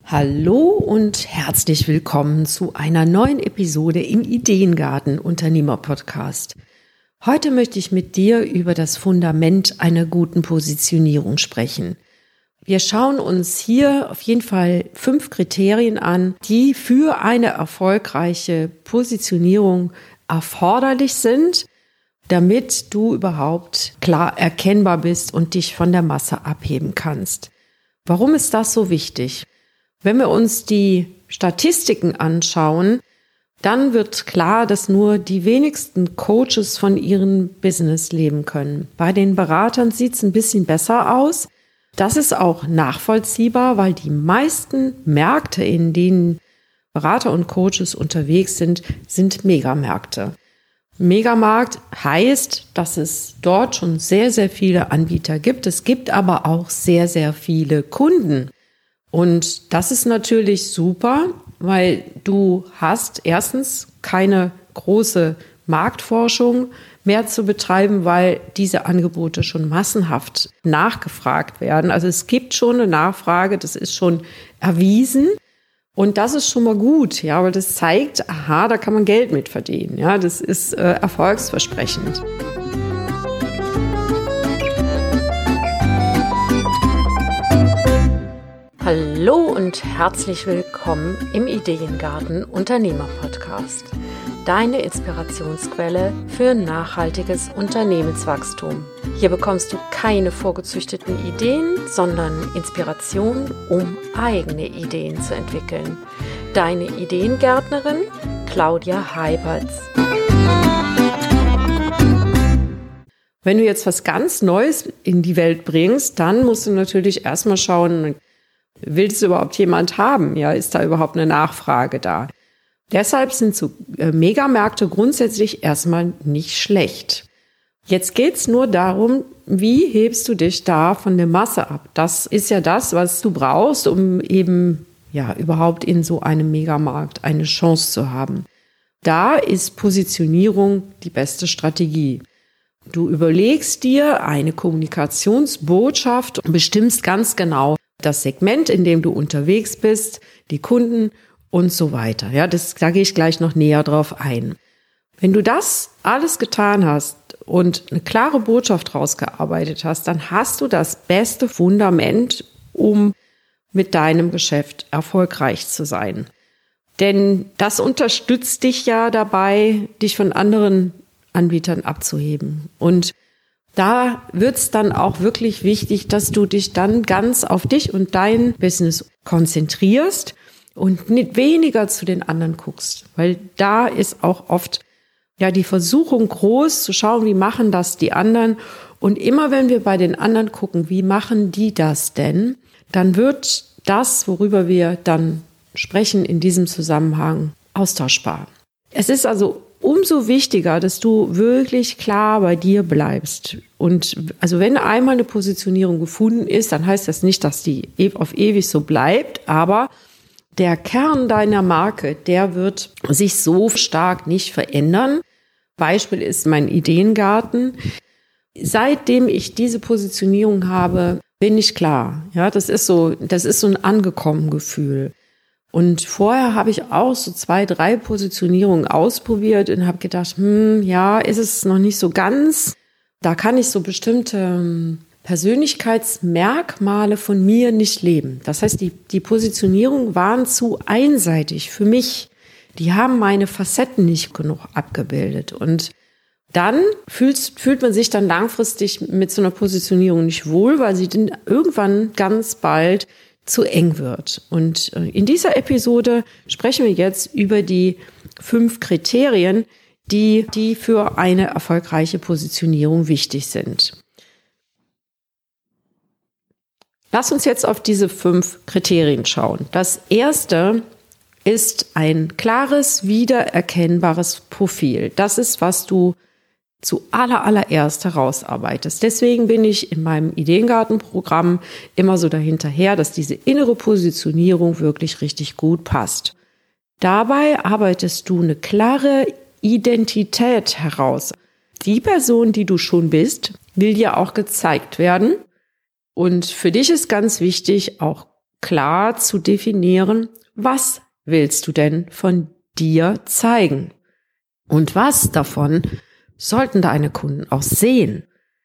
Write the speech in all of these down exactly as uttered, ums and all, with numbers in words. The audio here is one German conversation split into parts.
Hallo und herzlich willkommen zu einer neuen Episode im Ideengarten Unternehmer Podcast. Heute möchte ich mit dir über das Fundament einer guten Positionierung sprechen. Wir schauen uns hier auf jeden Fall fünf Kriterien an, die für eine erfolgreiche Positionierung erforderlich sind, damit du überhaupt klar erkennbar bist und dich von der Masse abheben kannst. Warum ist das so wichtig? Wenn wir uns die Statistiken anschauen, dann wird klar, dass nur die wenigsten Coaches von ihrem Business leben können. Bei den Beratern sieht es ein bisschen besser aus. Das ist auch nachvollziehbar, weil die meisten Märkte, in denen Berater und Coaches unterwegs sind, sind Megamärkte. Megamarkt heißt, dass es dort schon sehr, sehr viele Anbieter gibt. Es gibt aber auch sehr, sehr viele Kunden. Und das ist natürlich super, weil du hast erstens keine große Marktforschung mehr zu betreiben, weil diese Angebote schon massenhaft nachgefragt werden. Also es gibt schon eine Nachfrage, das ist schon erwiesen. Und das ist schon mal gut, ja, weil das zeigt, aha, da kann man Geld mit verdienen. Ja, das ist äh, erfolgsversprechend. Hallo und herzlich willkommen im Ideengarten Unternehmer Podcast. Deine Inspirationsquelle für nachhaltiges Unternehmenswachstum. Hier bekommst du keine vorgezüchteten Ideen, sondern Inspiration, um eigene Ideen zu entwickeln. Deine Ideengärtnerin Claudia Heiberts. Wenn du jetzt was ganz Neues in die Welt bringst, dann musst du natürlich erstmal schauen, will es überhaupt jemand haben? Ja, ist da überhaupt eine Nachfrage da? Deshalb sind so äh, Megamärkte grundsätzlich erstmal nicht schlecht. Jetzt geht's nur darum, wie hebst du dich da von der Masse ab? Das ist ja das, was du brauchst, um eben ja überhaupt in so einem Megamarkt eine Chance zu haben. Da ist Positionierung die beste Strategie. Du überlegst dir eine Kommunikationsbotschaft und bestimmst ganz genau das Segment, in dem du unterwegs bist, die Kunden und so weiter. Ja, das, da gehe ich gleich noch näher drauf ein. Wenn du das alles getan hast und eine klare Botschaft rausgearbeitet hast, dann hast du das beste Fundament, um mit deinem Geschäft erfolgreich zu sein. Denn das unterstützt dich ja dabei, dich von anderen Anbietern abzuheben. Und da wird's dann auch wirklich wichtig, dass du dich dann ganz auf dich und dein Business konzentrierst und nicht weniger zu den anderen guckst. Weil da ist auch oft ja die Versuchung groß, zu schauen, wie machen das die anderen. Und immer wenn wir bei den anderen gucken, wie machen die das denn, dann wird das, worüber wir dann sprechen in diesem Zusammenhang, austauschbar. Es ist also umso wichtiger, dass du wirklich klar bei dir bleibst. Und also wenn einmal eine Positionierung gefunden ist, dann heißt das nicht, dass die auf ewig so bleibt, aber der Kern deiner Marke, der wird sich so stark nicht verändern. Beispiel ist mein Ideengarten. Seitdem ich diese Positionierung habe, bin ich klar. Ja, das ist so, das ist so ein angekommen Gefühl. Und vorher habe ich auch so zwei, drei Positionierungen ausprobiert und habe gedacht, hm, ja, ist es noch nicht so ganz. Da kann ich so bestimmte Persönlichkeitsmerkmale von mir nicht leben. Das heißt, die, die Positionierungen waren zu einseitig für mich. Die haben meine Facetten nicht genug abgebildet. Und dann fühlt, fühlt man sich dann langfristig mit so einer Positionierung nicht wohl, weil sie dann irgendwann ganz bald zu eng wird. Und in dieser Episode sprechen wir jetzt über die fünf Kriterien, die, die für eine erfolgreiche Positionierung wichtig sind. Lass uns jetzt auf diese fünf Kriterien schauen. Das erste ist ein klares, wiedererkennbares Profil. Das ist, was du zu aller, allererst herausarbeitest. Deswegen bin ich in meinem Ideengartenprogramm immer so dahinterher, dass diese innere Positionierung wirklich richtig gut passt. Dabei arbeitest du eine klare Identität heraus. Die Person, die du schon bist, will dir auch gezeigt werden. Und für dich ist ganz wichtig, auch klar zu definieren, was willst du denn von dir zeigen? Und was davon sollten deine Kunden auch sehen?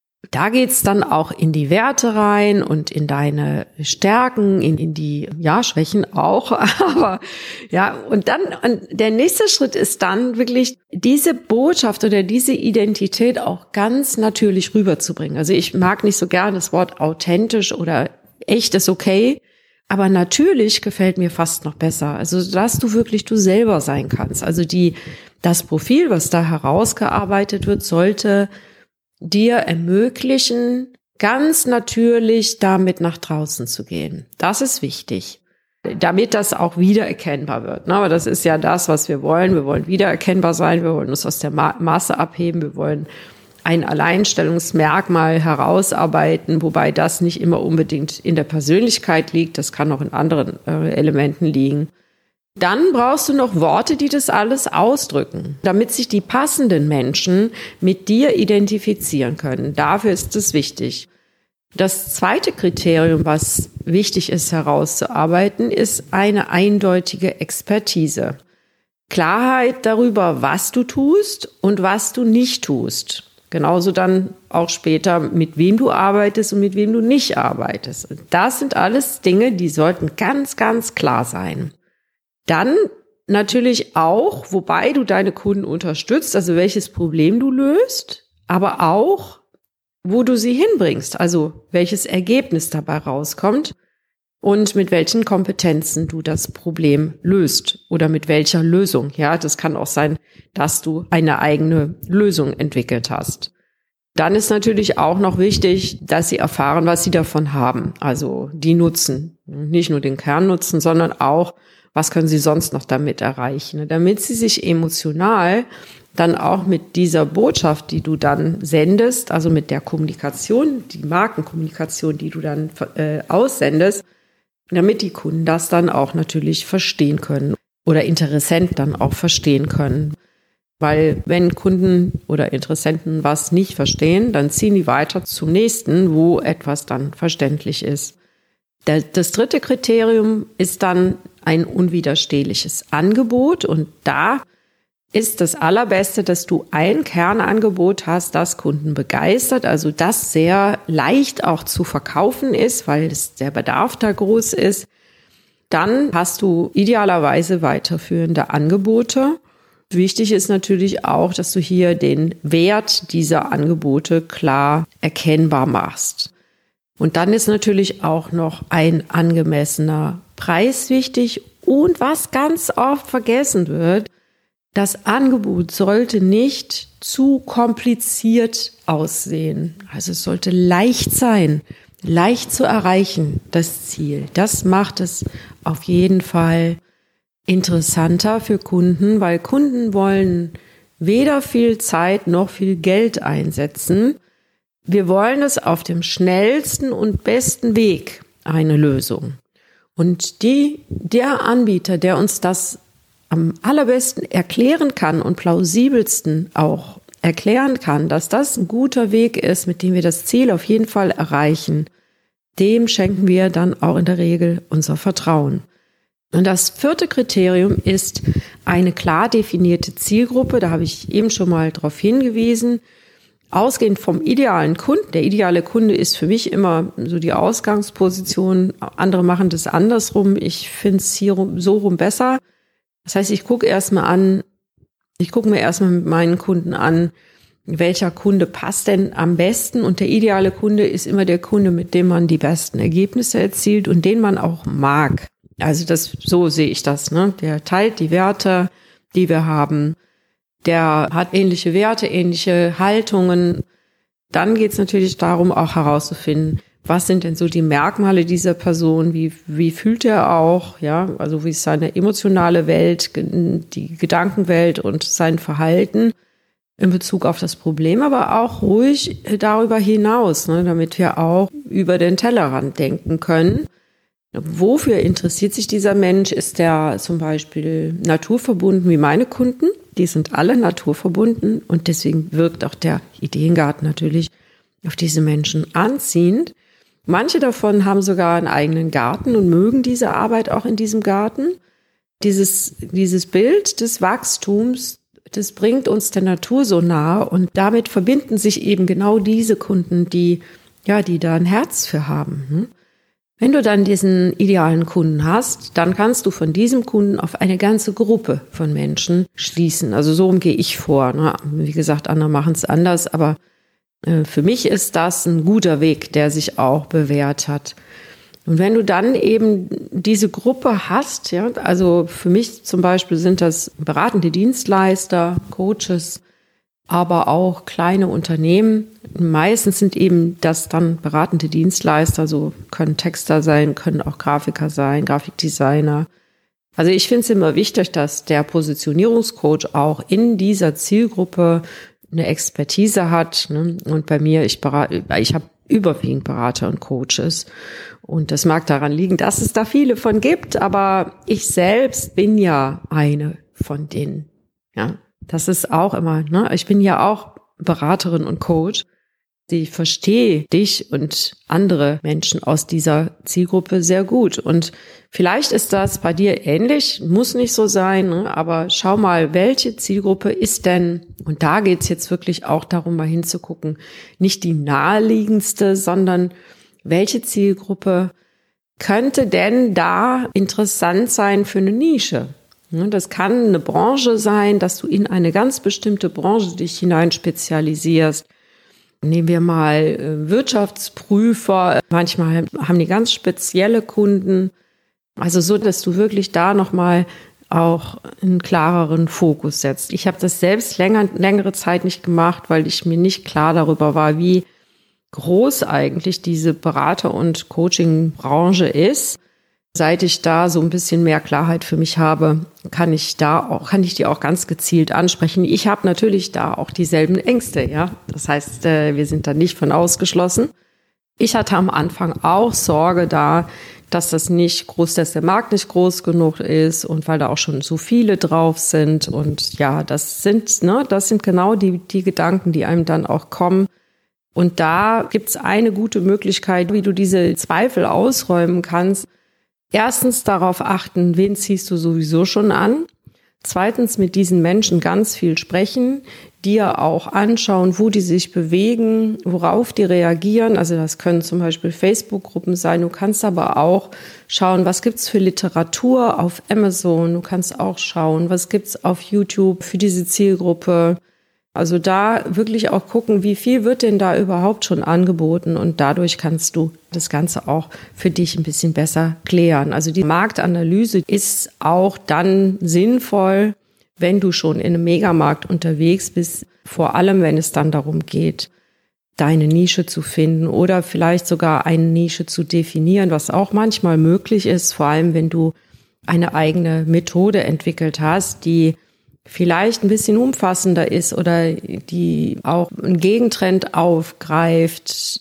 Da geht's dann auch in die Werte rein und in deine Stärken, in, in die, ja, Schwächen auch. Aber, ja, und dann, und der nächste Schritt ist dann wirklich diese Botschaft oder diese Identität auch ganz natürlich rüberzubringen. Also ich mag nicht so gern das Wort authentisch oder echt ist okay. Aber natürlich gefällt mir fast noch besser. Also, dass du wirklich du selber sein kannst. Also die, das Profil, was da herausgearbeitet wird, sollte dir ermöglichen, ganz natürlich damit nach draußen zu gehen. Das ist wichtig, damit das auch wiedererkennbar wird. Aber das ist ja das, was wir wollen. Wir wollen wiedererkennbar sein. Wir wollen uns aus der Masse abheben. Wir wollen ein Alleinstellungsmerkmal herausarbeiten, wobei das nicht immer unbedingt in der Persönlichkeit liegt. Das kann auch in anderen äh, Elementen liegen. Dann brauchst du noch Worte, die das alles ausdrücken, damit sich die passenden Menschen mit dir identifizieren können. Dafür ist es wichtig. Das zweite Kriterium, was wichtig ist herauszuarbeiten, ist eine eindeutige Expertise. Klarheit darüber, was du tust und was du nicht tust. Genauso dann auch später, mit wem du arbeitest und mit wem du nicht arbeitest. Das sind alles Dinge, die sollten ganz, ganz klar sein. Dann natürlich auch, wobei du deine Kunden unterstützt, also welches Problem du löst, aber auch, wo du sie hinbringst, also welches Ergebnis dabei rauskommt und mit welchen Kompetenzen du das Problem löst oder mit welcher Lösung. Ja, das kann auch sein, dass du eine eigene Lösung entwickelt hast. Dann ist natürlich auch noch wichtig, dass sie erfahren, was sie davon haben, also die Nutzen, nicht nur den Kernnutzen, sondern auch, was können sie sonst noch damit erreichen, damit sie sich emotional dann auch mit dieser Botschaft, die du dann sendest, also mit der Kommunikation, die Markenkommunikation, die du dann äh, aussendest, damit die Kunden das dann auch natürlich verstehen können oder Interessenten dann auch verstehen können. Weil wenn Kunden oder Interessenten was nicht verstehen, dann ziehen die weiter zum nächsten, wo etwas dann verständlich ist. Das dritte Kriterium ist dann ein unwiderstehliches Angebot und da ist das Allerbeste, dass du ein Kernangebot hast, das Kunden begeistert, also das sehr leicht auch zu verkaufen ist, weil es der Bedarf da groß ist. Dann hast du idealerweise weiterführende Angebote. Wichtig ist natürlich auch, dass du hier den Wert dieser Angebote klar erkennbar machst. Und dann ist natürlich auch noch ein angemessener Preis wichtig. Und was ganz oft vergessen wird, das Angebot sollte nicht zu kompliziert aussehen. Also es sollte leicht sein, leicht zu erreichen, das Ziel. Das macht es auf jeden Fall interessanter für Kunden, weil Kunden wollen weder viel Zeit noch viel Geld einsetzen. Wir wollen es auf dem schnellsten und besten Weg, eine Lösung. Und die, der Anbieter, der uns das am allerbesten erklären kann und plausibelsten auch erklären kann, dass das ein guter Weg ist, mit dem wir das Ziel auf jeden Fall erreichen, dem schenken wir dann auch in der Regel unser Vertrauen. Und das vierte Kriterium ist eine klar definierte Zielgruppe. Da habe ich eben schon mal darauf hingewiesen. Ausgehend vom idealen Kunden, der ideale Kunde ist für mich immer so die Ausgangsposition. Andere machen das andersrum. Ich finde es hier so rum besser. Das heißt, ich gucke erstmal an, ich gucke mir erstmal mit meinen Kunden an, welcher Kunde passt denn am besten. Und der ideale Kunde ist immer der Kunde, mit dem man die besten Ergebnisse erzielt und den man auch mag. Also das, so sehe ich das, ne? Der teilt die Werte, die wir haben. Der hat ähnliche Werte, ähnliche Haltungen. Dann geht es natürlich darum, auch herauszufinden, was sind denn so die Merkmale dieser Person, wie, wie fühlt er auch, ja, also wie ist seine emotionale Welt, die Gedankenwelt und sein Verhalten in Bezug auf das Problem, aber auch ruhig darüber hinaus, ne, damit wir auch über den Tellerrand denken können. Wofür interessiert sich dieser Mensch? Ist der zum Beispiel naturverbunden wie meine Kunden? Die sind alle naturverbunden und deswegen wirkt auch der Ideengarten natürlich auf diese Menschen anziehend. Manche davon haben sogar einen eigenen Garten und mögen diese Arbeit auch in diesem Garten. Dieses, dieses Bild des Wachstums, das bringt uns der Natur so nahe und damit verbinden sich eben genau diese Kunden, die, ja, die da ein Herz für haben. Wenn du dann diesen idealen Kunden hast, dann kannst du von diesem Kunden auf eine ganze Gruppe von Menschen schließen. Also so gehe ich vor. Ne? Wie gesagt, andere machen es anders, aber äh, für mich ist das ein guter Weg, der sich auch bewährt hat. Und wenn du dann eben diese Gruppe hast, ja, also für mich zum Beispiel sind das beratende Dienstleister, Coaches, aber auch kleine Unternehmen. Meistens sind eben das dann beratende Dienstleister, so können Texter sein, können auch Grafiker sein, Grafikdesigner. Also ich finde es immer wichtig, dass der Positionierungscoach auch in dieser Zielgruppe eine Expertise hat. Ne? Und bei mir, ich berate, ich habe überwiegend Berater und Coaches. Und das mag daran liegen, dass es da viele von gibt, aber ich selbst bin ja eine von denen. Ja, das ist auch immer, ne? Ich bin ja auch Beraterin und Coach. Ich verstehe dich und andere Menschen aus dieser Zielgruppe sehr gut. Und vielleicht ist das bei dir ähnlich, muss nicht so sein, ne? Aber schau mal, welche Zielgruppe ist denn, und da geht's jetzt wirklich auch darum, mal hinzugucken, nicht die naheliegendste, sondern welche Zielgruppe könnte denn da interessant sein für eine Nische? Das kann eine Branche sein, dass du in eine ganz bestimmte Branche dich hinein spezialisierst. Nehmen wir mal Wirtschaftsprüfer. Manchmal haben die ganz spezielle Kunden. Also so, dass du wirklich da nochmal auch einen klareren Fokus setzt. Ich habe das selbst länger, längere Zeit nicht gemacht, weil ich mir nicht klar darüber war, wie groß eigentlich diese Berater- und Coaching-Branche ist. Seit ich da so ein bisschen mehr Klarheit für mich habe, kann ich da auch, kann ich die auch ganz gezielt ansprechen. Ich habe natürlich da auch dieselben Ängste, ja. Das heißt, wir sind da nicht von ausgeschlossen. Ich hatte am Anfang auch Sorge da, dass das nicht groß, dass der Markt nicht groß genug ist und weil da auch schon so viele drauf sind. Und ja, das sind, ne, das sind genau die, die Gedanken, die einem dann auch kommen. Und da gibt's eine gute Möglichkeit, wie du diese Zweifel ausräumen kannst. Erstens darauf achten, wen ziehst du sowieso schon an. Zweitens mit diesen Menschen ganz viel sprechen, dir auch anschauen, wo die sich bewegen, worauf die reagieren. Also das können zum Beispiel Facebook-Gruppen sein. Du kannst aber auch schauen, was gibt's für Literatur auf Amazon. Du kannst auch schauen, was gibt's auf YouTube für diese Zielgruppe. Also da wirklich auch gucken, wie viel wird denn da überhaupt schon angeboten und dadurch kannst du das Ganze auch für dich ein bisschen besser klären. Also die Marktanalyse ist auch dann sinnvoll, wenn du schon in einem Megamarkt unterwegs bist, vor allem wenn es dann darum geht, deine Nische zu finden oder vielleicht sogar eine Nische zu definieren, was auch manchmal möglich ist, vor allem wenn du eine eigene Methode entwickelt hast, die vielleicht ein bisschen umfassender ist oder die auch einen Gegentrend aufgreift.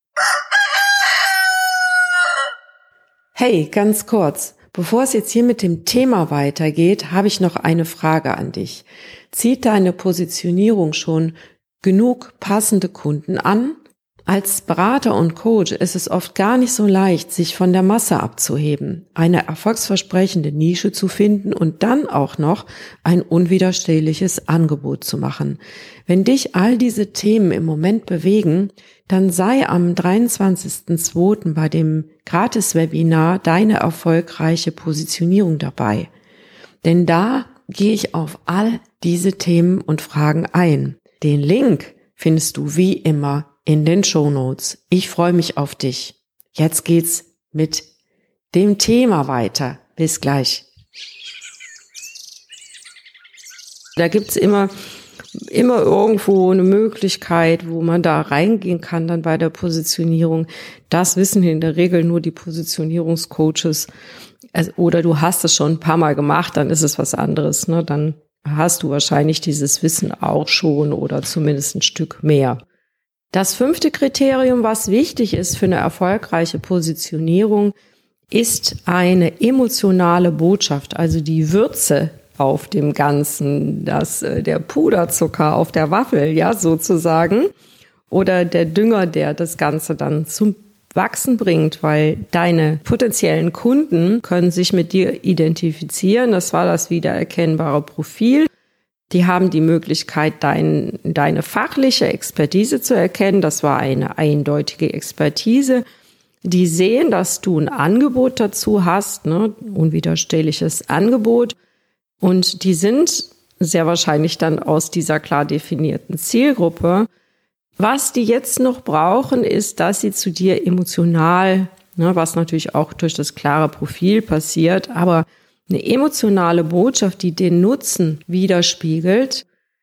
Hey, ganz kurz, bevor es jetzt hier mit dem Thema weitergeht, habe ich noch eine Frage an dich. Zieht deine Positionierung schon genug passende Kunden an? Als Berater und Coach ist es oft gar nicht so leicht, sich von der Masse abzuheben, eine erfolgsversprechende Nische zu finden und dann auch noch ein unwiderstehliches Angebot zu machen. Wenn dich all diese Themen im Moment bewegen, dann sei am dreiundzwanzigsten zweiten bei dem Gratis-Webinar Deine erfolgreiche Positionierung dabei. Denn da gehe ich auf all diese Themen und Fragen ein. Den Link findest du wie immer in den Shownotes. Ich freue mich auf dich. Jetzt geht's mit dem Thema weiter. Bis gleich. Da gibt's immer, immer irgendwo eine Möglichkeit, wo man da reingehen kann dann bei der Positionierung. Das wissen in der Regel nur die Positionierungscoaches. Also, oder du hast es schon ein paar Mal gemacht, dann ist es was anderes, ne? Dann hast du wahrscheinlich dieses Wissen auch schon oder zumindest ein Stück mehr. Das fünfte Kriterium, was wichtig ist für eine erfolgreiche Positionierung, ist eine emotionale Botschaft, also die Würze auf dem Ganzen, das, der Puderzucker auf der Waffel, ja, sozusagen, oder der Dünger, der das Ganze dann zum Wachsen bringt, weil deine potenziellen Kunden können sich mit dir identifizieren. Das war das wiedererkennbare Profil. Die haben die Möglichkeit, dein, deine fachliche Expertise zu erkennen. Das war eine eindeutige Expertise. Die sehen, dass du ein Angebot dazu hast, ne, unwiderstehliches Angebot. Und die sind sehr wahrscheinlich dann aus dieser klar definierten Zielgruppe. Was die jetzt noch brauchen, ist, dass sie zu dir emotional, ne, was natürlich auch durch das klare Profil passiert, aber eine emotionale Botschaft, die den Nutzen widerspiegelt,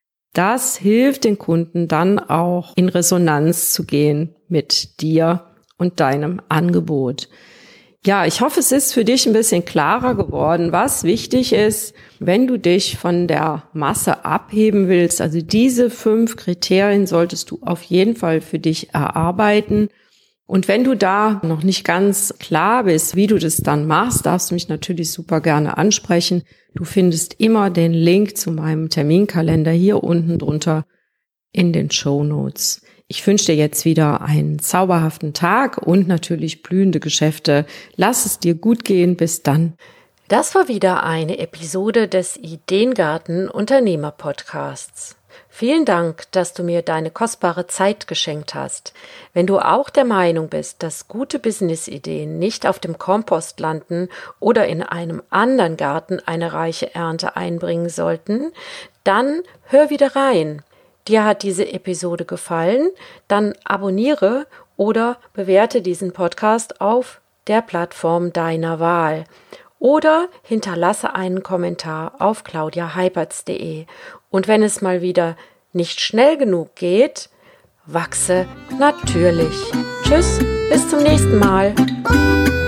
das hilft den Kunden dann auch in Resonanz zu gehen mit dir und deinem Angebot. Ja, ich hoffe, es ist für dich ein bisschen klarer geworden, was wichtig ist, wenn du dich von der Masse abheben willst. Also diese fünf Kriterien solltest du auf jeden Fall für dich erarbeiten. Und wenn du da noch nicht ganz klar bist, wie du das dann machst, darfst du mich natürlich super gerne ansprechen. Du findest immer den Link zu meinem Terminkalender hier unten drunter in den Shownotes. Ich wünsche dir jetzt wieder einen zauberhaften Tag und natürlich blühende Geschäfte. Lass es dir gut gehen. Bis dann. Das war wieder eine Episode des Ideengarten Unternehmer Podcasts. Vielen Dank, dass du mir deine kostbare Zeit geschenkt hast. Wenn du auch der Meinung bist, dass gute Businessideen nicht auf dem Kompost landen oder in einem anderen Garten eine reiche Ernte einbringen sollten, dann hör wieder rein. Dir hat diese Episode gefallen? Dann abonniere oder bewerte diesen Podcast auf der Plattform deiner Wahl. Oder hinterlasse einen Kommentar auf claudia heipertz punkt de. Und wenn es mal wieder nicht schnell genug geht, wachse natürlich. Tschüss, bis zum nächsten Mal.